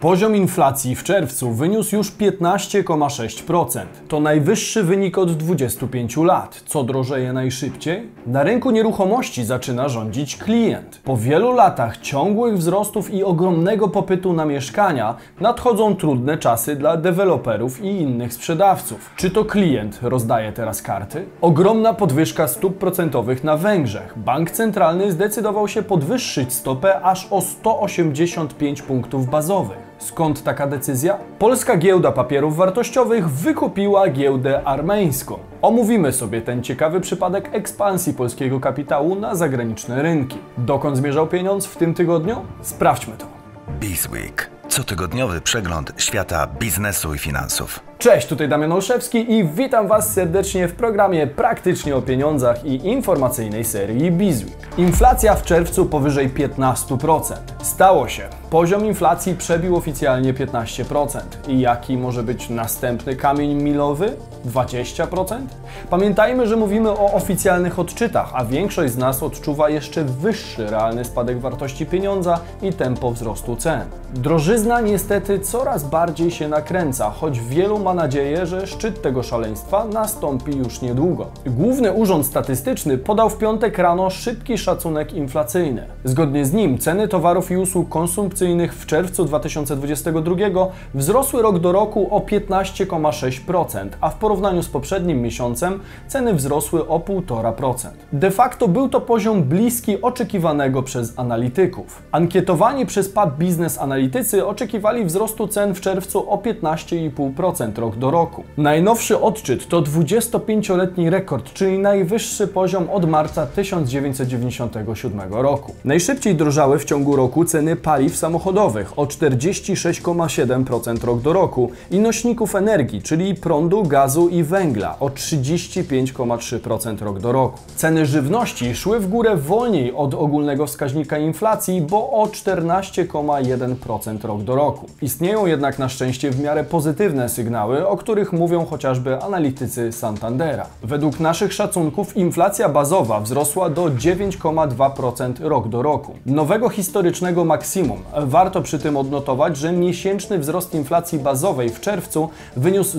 Poziom inflacji w czerwcu wyniósł już 15,6%. To najwyższy wynik od 25 lat. Co drożeje najszybciej? Na rynku nieruchomości zaczyna rządzić klient. Po wielu latach ciągłych wzrostów i ogromnego popytu na mieszkania nadchodzą trudne czasy dla deweloperów i innych sprzedawców. Czy to klient rozdaje teraz karty? Ogromna podwyżka stóp procentowych na Węgrzech. Bank centralny zdecydował się podwyższyć stopę aż o 185 punktów bazowych. Skąd taka decyzja? Polska Giełda Papierów Wartościowych wykupiła giełdę armeńską. Omówimy sobie ten ciekawy przypadek ekspansji polskiego kapitału na zagraniczne rynki. Dokąd zmierzał pieniądz w tym tygodniu? Sprawdźmy to. Bizweek. Cotygodniowy przegląd świata biznesu i finansów. Cześć, tutaj Damian Olszewski i witam Was serdecznie w programie Praktycznie o pieniądzach i informacyjnej serii Bizweek. Inflacja w czerwcu powyżej 15%. Stało się. Poziom inflacji przebił oficjalnie 15%. I jaki może być następny kamień milowy? 20%? Pamiętajmy, że mówimy o oficjalnych odczytach, a większość z nas odczuwa jeszcze wyższy realny spadek wartości pieniądza i tempo wzrostu cen. Drożyzna niestety coraz bardziej się nakręca, choć wielu ma nadzieję, że szczyt tego szaleństwa nastąpi już niedługo. Główny Urząd Statystyczny podał w piątek rano szybki szacunek inflacyjny. Zgodnie z nim ceny towarów i usług konsumpcyjnych w czerwcu 2022 wzrosły rok do roku o 15,6%, a w porównaniu z poprzednim miesiącem ceny wzrosły o 1,5%. De facto był to poziom bliski oczekiwanego przez analityków. Ankietowani przez PAP Business analitycy oczekiwali wzrostu cen w czerwcu o 15,5% rok do roku. Najnowszy odczyt to 25-letni rekord, czyli najwyższy poziom od marca 1997 roku. Najszybciej drożały w ciągu roku ceny paliw samochodowych o 46,7% rok do roku i nośników energii, czyli prądu, gazu i węgla o 35,3% rok do roku. Ceny żywności szły w górę wolniej od ogólnego wskaźnika inflacji, bo o 14,1% rok do roku. Istnieją jednak na szczęście w miarę pozytywne sygnały, o których mówią chociażby analitycy Santandera. Według naszych szacunków inflacja bazowa wzrosła do 9,2% rok do roku. Nowego historycznego maksimum. Warto przy tym odnotować, że miesięczny wzrost inflacji bazowej w czerwcu wyniósł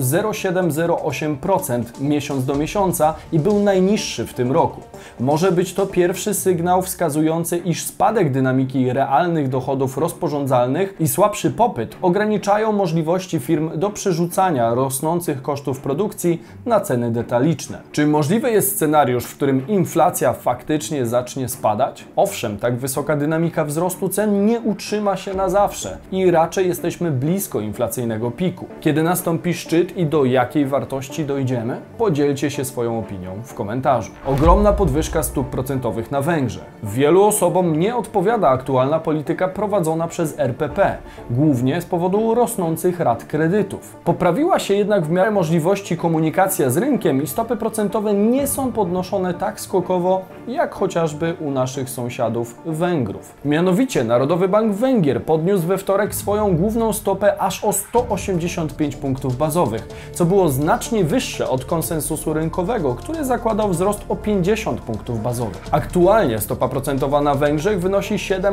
0,708% miesiąc do miesiąca i był najniższy w tym roku. Może być to pierwszy sygnał wskazujący, iż spadek dynamiki realnych dochodów rozporządzalnych i słabszy popyt ograniczają możliwości firm do przerzucania rosnących kosztów produkcji na ceny detaliczne. Czy możliwy jest scenariusz, w którym inflacja faktycznie zacznie spadać? Owszem, tak wysoka dynamika wzrostu cen nie utrzyma się na zawsze i raczej jesteśmy blisko inflacyjnego piku. Kiedy nastąpi szczyt i do jakiej wartości dojdziemy? Podzielcie się swoją opinią w komentarzu. Ogromna podwyżka stóp procentowych na Węgrzech. Wielu osobom nie odpowiada aktualna polityka prowadzona przez RPP, głównie z powodu rosnących rat kredytów. Poprawiła się jednak w miarę możliwości komunikacja z rynkiem i stopy procentowe nie są podnoszone tak skokowo, jak chociażby u naszych sąsiadów Węgrów. Mianowicie Narodowy Bank Węgier podniósł we wtorek swoją główną stopę aż o 185 punktów bazowych, co było znacznie wyższe od konsensusu rynkowego, który zakładał wzrost o 50 punktów bazowych. Aktualnie stopa procentowa na Węgrzech wynosi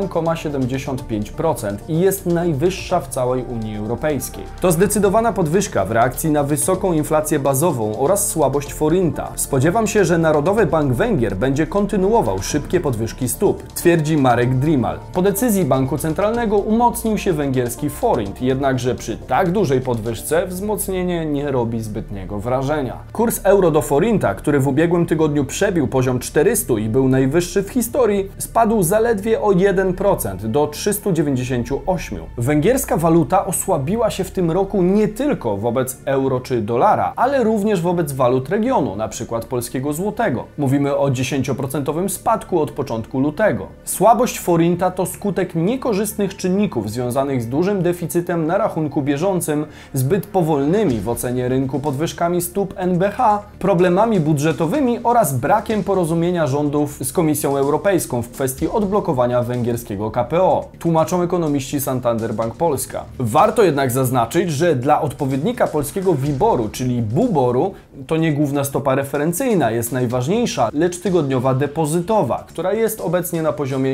7,75% i jest najwyższa w całej Unii Europejskiej. To zdecydowana podwyżka w reakcji na wysoką inflację bazową oraz słabość forinta. Spodziewam się, że Narodowy Bank Węgier będzie kontynuował szybkie podwyżki stóp, twierdzi Marek Drimal. Po decyzji Banku Centralnego umocnił się węgierski forint, jednakże przy tak dużej podwyżce wzmocnienie nie robi zbytniego wrażenia. Kurs euro do forinta, który w ubiegłym tygodniu przebił poziom 400 i był najwyższy w historii, spadł zaledwie o 1% do 398. Węgierska waluta osłabiła się w tym roku nie tylko wobec euro czy dolara, ale również wobec walut regionu, np. polskiego złotego. Mówimy o 10% spadku od początku lutego. Słabość forinta to skutek niekorzystnych czynników związanych z dużym deficytem na rachunku bieżącym, zbyt powolnymi w ocenie rynku podwyżkami stóp NBH, problemami budżetowymi oraz brakiem porozumienia rządów z Komisją Europejską w kwestii odblokowania węgierskiego KPO, tłumaczą ekonomiści Santander Bank Polska. Warto jednak zaznaczyć, że dla odpowiednika polskiego WIBOR-u, czyli BUBOR-u, To nie główna stopa referencyjna jest najważniejsza, lecz tygodniowa depozytowa, która jest obecnie na poziomie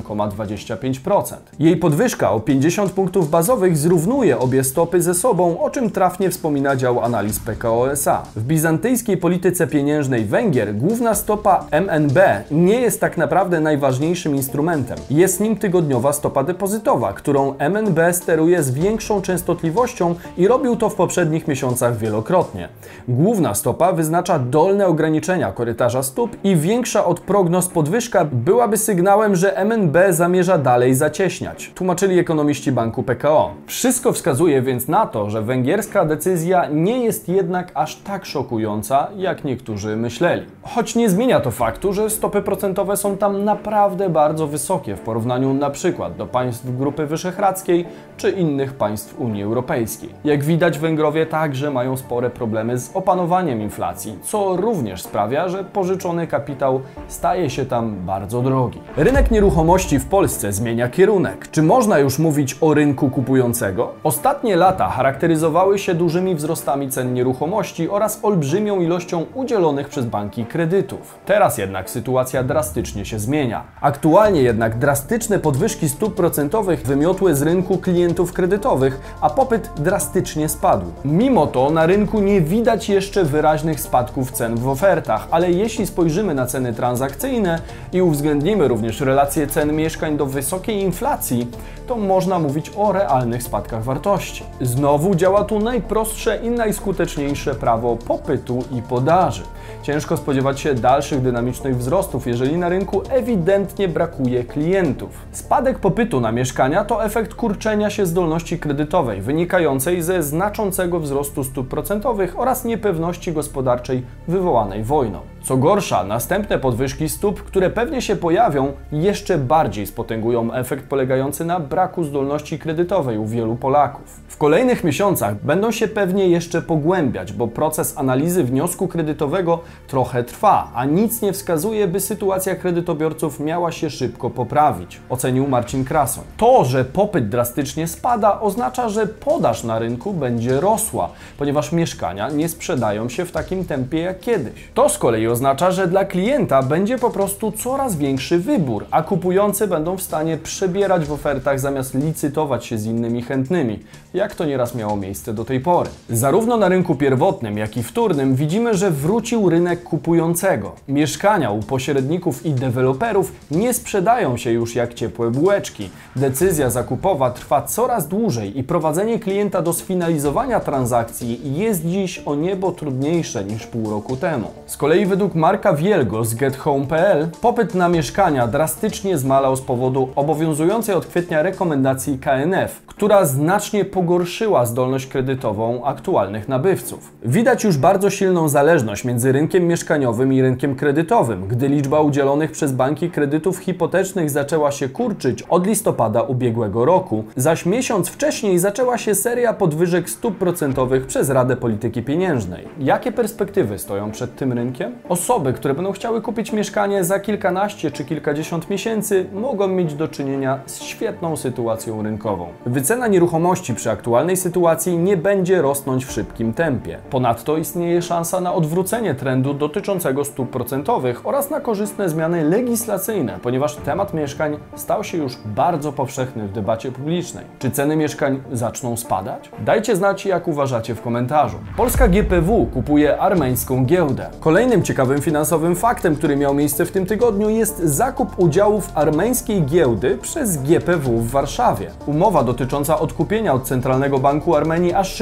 7,25%. Jej podwyżka o 50 punktów bazowych zrównuje obie stopy ze sobą, o czym trafnie wspomina dział analiz PKO SA. W bizantyjskiej polityce pieniężnej Węgier główna stopa MNB nie jest tak naprawdę najważniejszym instrumentem. Jest nim tygodniowa stopa depozytowa, którą MNB steruje z większą częstotliwością i robił to w poprzednich miesiącach wielokrotnie. Główna stopa wyznacza dolne ograniczenia korytarza stóp i większa od prognoz podwyżka byłaby sygnałem, że MNB zamierza dalej zacieśniać, tłumaczyli ekonomiści banku PKO. Wszystko wskazuje więc na to, że węgierska decyzja nie jest jednak aż tak szokująca, jak niektórzy myśleli. Choć nie zmienia to faktu, że stopy procentowe są tam naprawdę bardzo wysokie w porównaniu na przykład do państw Grupy Wyszehradzkiej czy innych państw Unii Europejskiej. Jak widać, Węgrowie także mają spore problemy z opanowaniem inflacji, co również sprawia, że pożyczony kapitał staje się tam bardzo drogi. Rynek nieruchomości w Polsce zmienia kierunek. Czy można już mówić o rynku kupującego? Ostatnie lata charakteryzowały się dużymi wzrostami cen nieruchomości oraz olbrzymią ilością udzielonych przez banki kredytów. Teraz jednak sytuacja drastycznie się zmienia. Aktualnie jednak drastyczne podwyżki stóp procentowych wymiotły z rynku klientów kredytowych, a popyt drastycznie spadł. Mimo to na rynku nie widać jeszcze wyraźnych spadków cen w ofertach, ale jeśli spojrzymy na ceny transakcyjne i uwzględnimy również relacje cen mieszkań do wysokiej inflacji, to można mówić o realnych spadkach wartości. Znowu działa tu najprostsze i najskuteczniejsze prawo popytu i podaży. Ciężko spodziewać się dalszych dynamicznych wzrostów, jeżeli na rynku ewidentnie brakuje klientów. Spadek popytu na mieszkania to efekt kurczenia się zdolności kredytowej, wynikającej ze znaczącego wzrostu stóp procentowych oraz niepewności gospodarczej wywołanej wojną. Co gorsza, następne podwyżki stóp, które pewnie się pojawią, jeszcze bardziej spotęgują efekt polegający na braku zdolności kredytowej u wielu Polaków. W kolejnych miesiącach będą się pewnie jeszcze pogłębiać, bo proces analizy wniosku kredytowego trochę trwa, a nic nie wskazuje, by sytuacja kredytobiorców miała się szybko poprawić, ocenił Marcin Krasoń. To, że popyt drastycznie spada, oznacza, że podaż na rynku będzie rosła, ponieważ mieszkania nie sprzedają się w takim tempie jak kiedyś. To z kolei oznacza, że dla klienta będzie po prostu coraz większy wybór, a kupujący będą w stanie przebierać w ofertach zamiast licytować się z innymi chętnymi, jak to nieraz miało miejsce do tej pory. Zarówno na rynku pierwotnym, jak i wtórnym widzimy, że wrócił rynek kupującego. Mieszkania u pośredników i deweloperów nie sprzedają się już jak ciepłe bułeczki. Decyzja zakupowa trwa coraz dłużej i prowadzenie klienta do sfinalizowania transakcji jest dziś o niebo trudniejsze niż pół roku temu. Z kolei według Marka Wielgo z GetHome.pl popyt na mieszkania drastycznie zmalał z powodu obowiązującej od kwietnia rekomendacji KNF, która znacznie pogorszyła zdolność kredytową aktualnych nabywców. Widać już bardzo silną zależność między rynkiem mieszkaniowym i rynkiem kredytowym, gdy liczba udzielonych przez banki kredytów hipotecznych zaczęła się kurczyć od listopada ubiegłego roku, zaś miesiąc wcześniej zaczęła się seria podwyżek stóp procentowych przez Radę Polityki Pieniężnej. Jakie perspektywy stoją przed tym rynkiem? Osoby, które będą chciały kupić mieszkanie za kilkanaście czy kilkadziesiąt miesięcy, mogą mieć do czynienia z świetną sytuacją rynkową. Wycena nieruchomości przy aktualnej sytuacji nie będzie rosnąć w szybkim tempie. Ponadto istnieje szansa na odwrócenie trendu dotyczącego stóp procentowych oraz na korzystne zmiany legislacyjne, ponieważ temat mieszkań stał się już bardzo powszechny w debacie publicznej. Czy ceny mieszkań zaczną spadać? Dajcie znać, jak uważacie w komentarzu. Polska GPW kupuje armeńską giełdę. Kolejnym ciekawym finansowym faktem, który miał miejsce w tym tygodniu, jest zakup udziałów armeńskiej giełdy przez GPW w Warszawie. Umowa dotycząca odkupienia od Centralnego Banku Armenii aż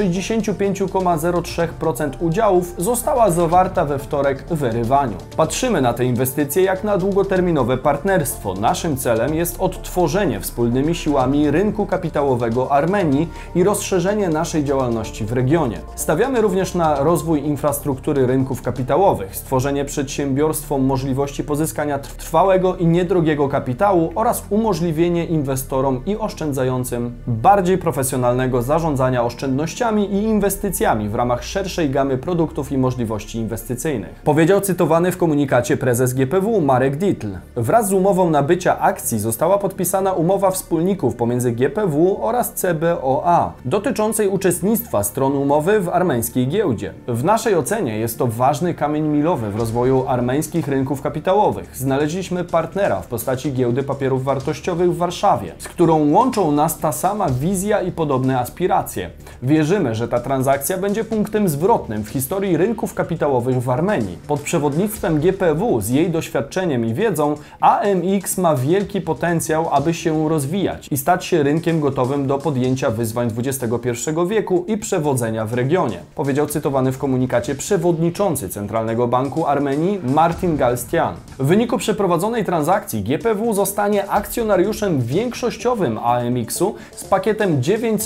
65,03% udziałów została zawarta we wtorek w Erywaniu. Patrzymy na te inwestycje jak na długoterminowe partnerstwo. Naszym celem jest odtworzenie wspólnymi siłami rynku kapitałowego Armenii i rozszerzenie naszej działalności w regionie. Stawiamy również na rozwój infrastruktury rynków kapitałowych, stworzenie przedsiębiorstwom możliwości pozyskania trwałego i niedrogiego kapitału oraz umożliwienie inwestorom i oszczędzającym bardziej profesjonalnego skutecznego zarządzania oszczędnościami i inwestycjami w ramach szerszej gamy produktów i możliwości inwestycyjnych. Powiedział cytowany w komunikacie prezes GPW Marek Dietl. Wraz z umową nabycia akcji została podpisana umowa wspólników pomiędzy GPW oraz CBOA dotyczącej uczestnictwa stron umowy w armeńskiej giełdzie. W naszej ocenie jest to ważny kamień milowy w rozwoju armeńskich rynków kapitałowych. Znaleźliśmy partnera w postaci Giełdy Papierów Wartościowych w Warszawie, z którą łączą nas ta sama wizja i podobne aspiracje. Wierzymy, że ta transakcja będzie punktem zwrotnym w historii rynków kapitałowych w Armenii. Pod przewodnictwem GPW z jej doświadczeniem i wiedzą AMX ma wielki potencjał, aby się rozwijać i stać się rynkiem gotowym do podjęcia wyzwań XXI wieku i przewodzenia w regionie, powiedział cytowany w komunikacie przewodniczący Centralnego Banku Armenii Martin Galstian. W wyniku przeprowadzonej transakcji GPW zostanie akcjonariuszem większościowym AMX-u z pakietem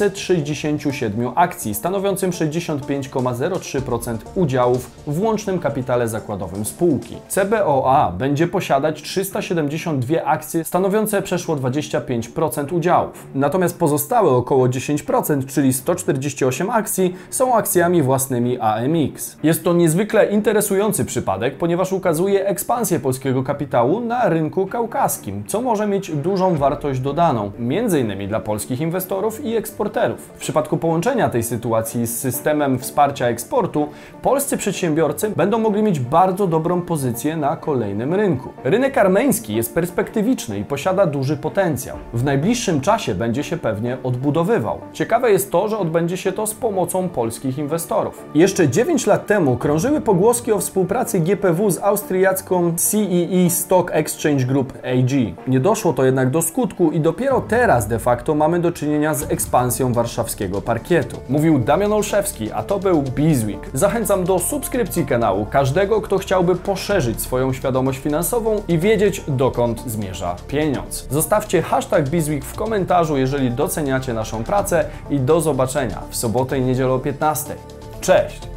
967 akcji, stanowiącym 65,03% udziałów w łącznym kapitale zakładowym spółki. CBOA będzie posiadać 372 akcje, stanowiące przeszło 25% udziałów. Natomiast pozostałe około 10%, czyli 148 akcji, są akcjami własnymi AMX. Jest to niezwykle interesujący przypadek, ponieważ ukazuje ekspansję polskiego kapitału na rynku kaukaskim, co może mieć dużą wartość dodaną, m.in. dla polskich inwestorów i eksporterów. W przypadku połączenia tej sytuacji z systemem wsparcia eksportu, polscy przedsiębiorcy będą mogli mieć bardzo dobrą pozycję na kolejnym rynku. Rynek armeński jest perspektywiczny i posiada duży potencjał. W najbliższym czasie będzie się pewnie odbudowywał. Ciekawe jest to, że odbędzie się to z pomocą polskich inwestorów. Jeszcze 9 lat temu krążyły pogłoski o współpracy GPW z austriacką CEE Stock Exchange Group AG. Nie doszło to jednak do skutku i dopiero teraz de facto mamy do czynienia z ekspansją warszawskiego parkietu. Mówił Damian Olszewski, a to był Bizweek. Zachęcam do subskrypcji kanału każdego, kto chciałby poszerzyć swoją świadomość finansową i wiedzieć, dokąd zmierza pieniądz. Zostawcie #Bizweek w komentarzu, jeżeli doceniacie naszą pracę i do zobaczenia w sobotę i niedzielę o 15:00. Cześć!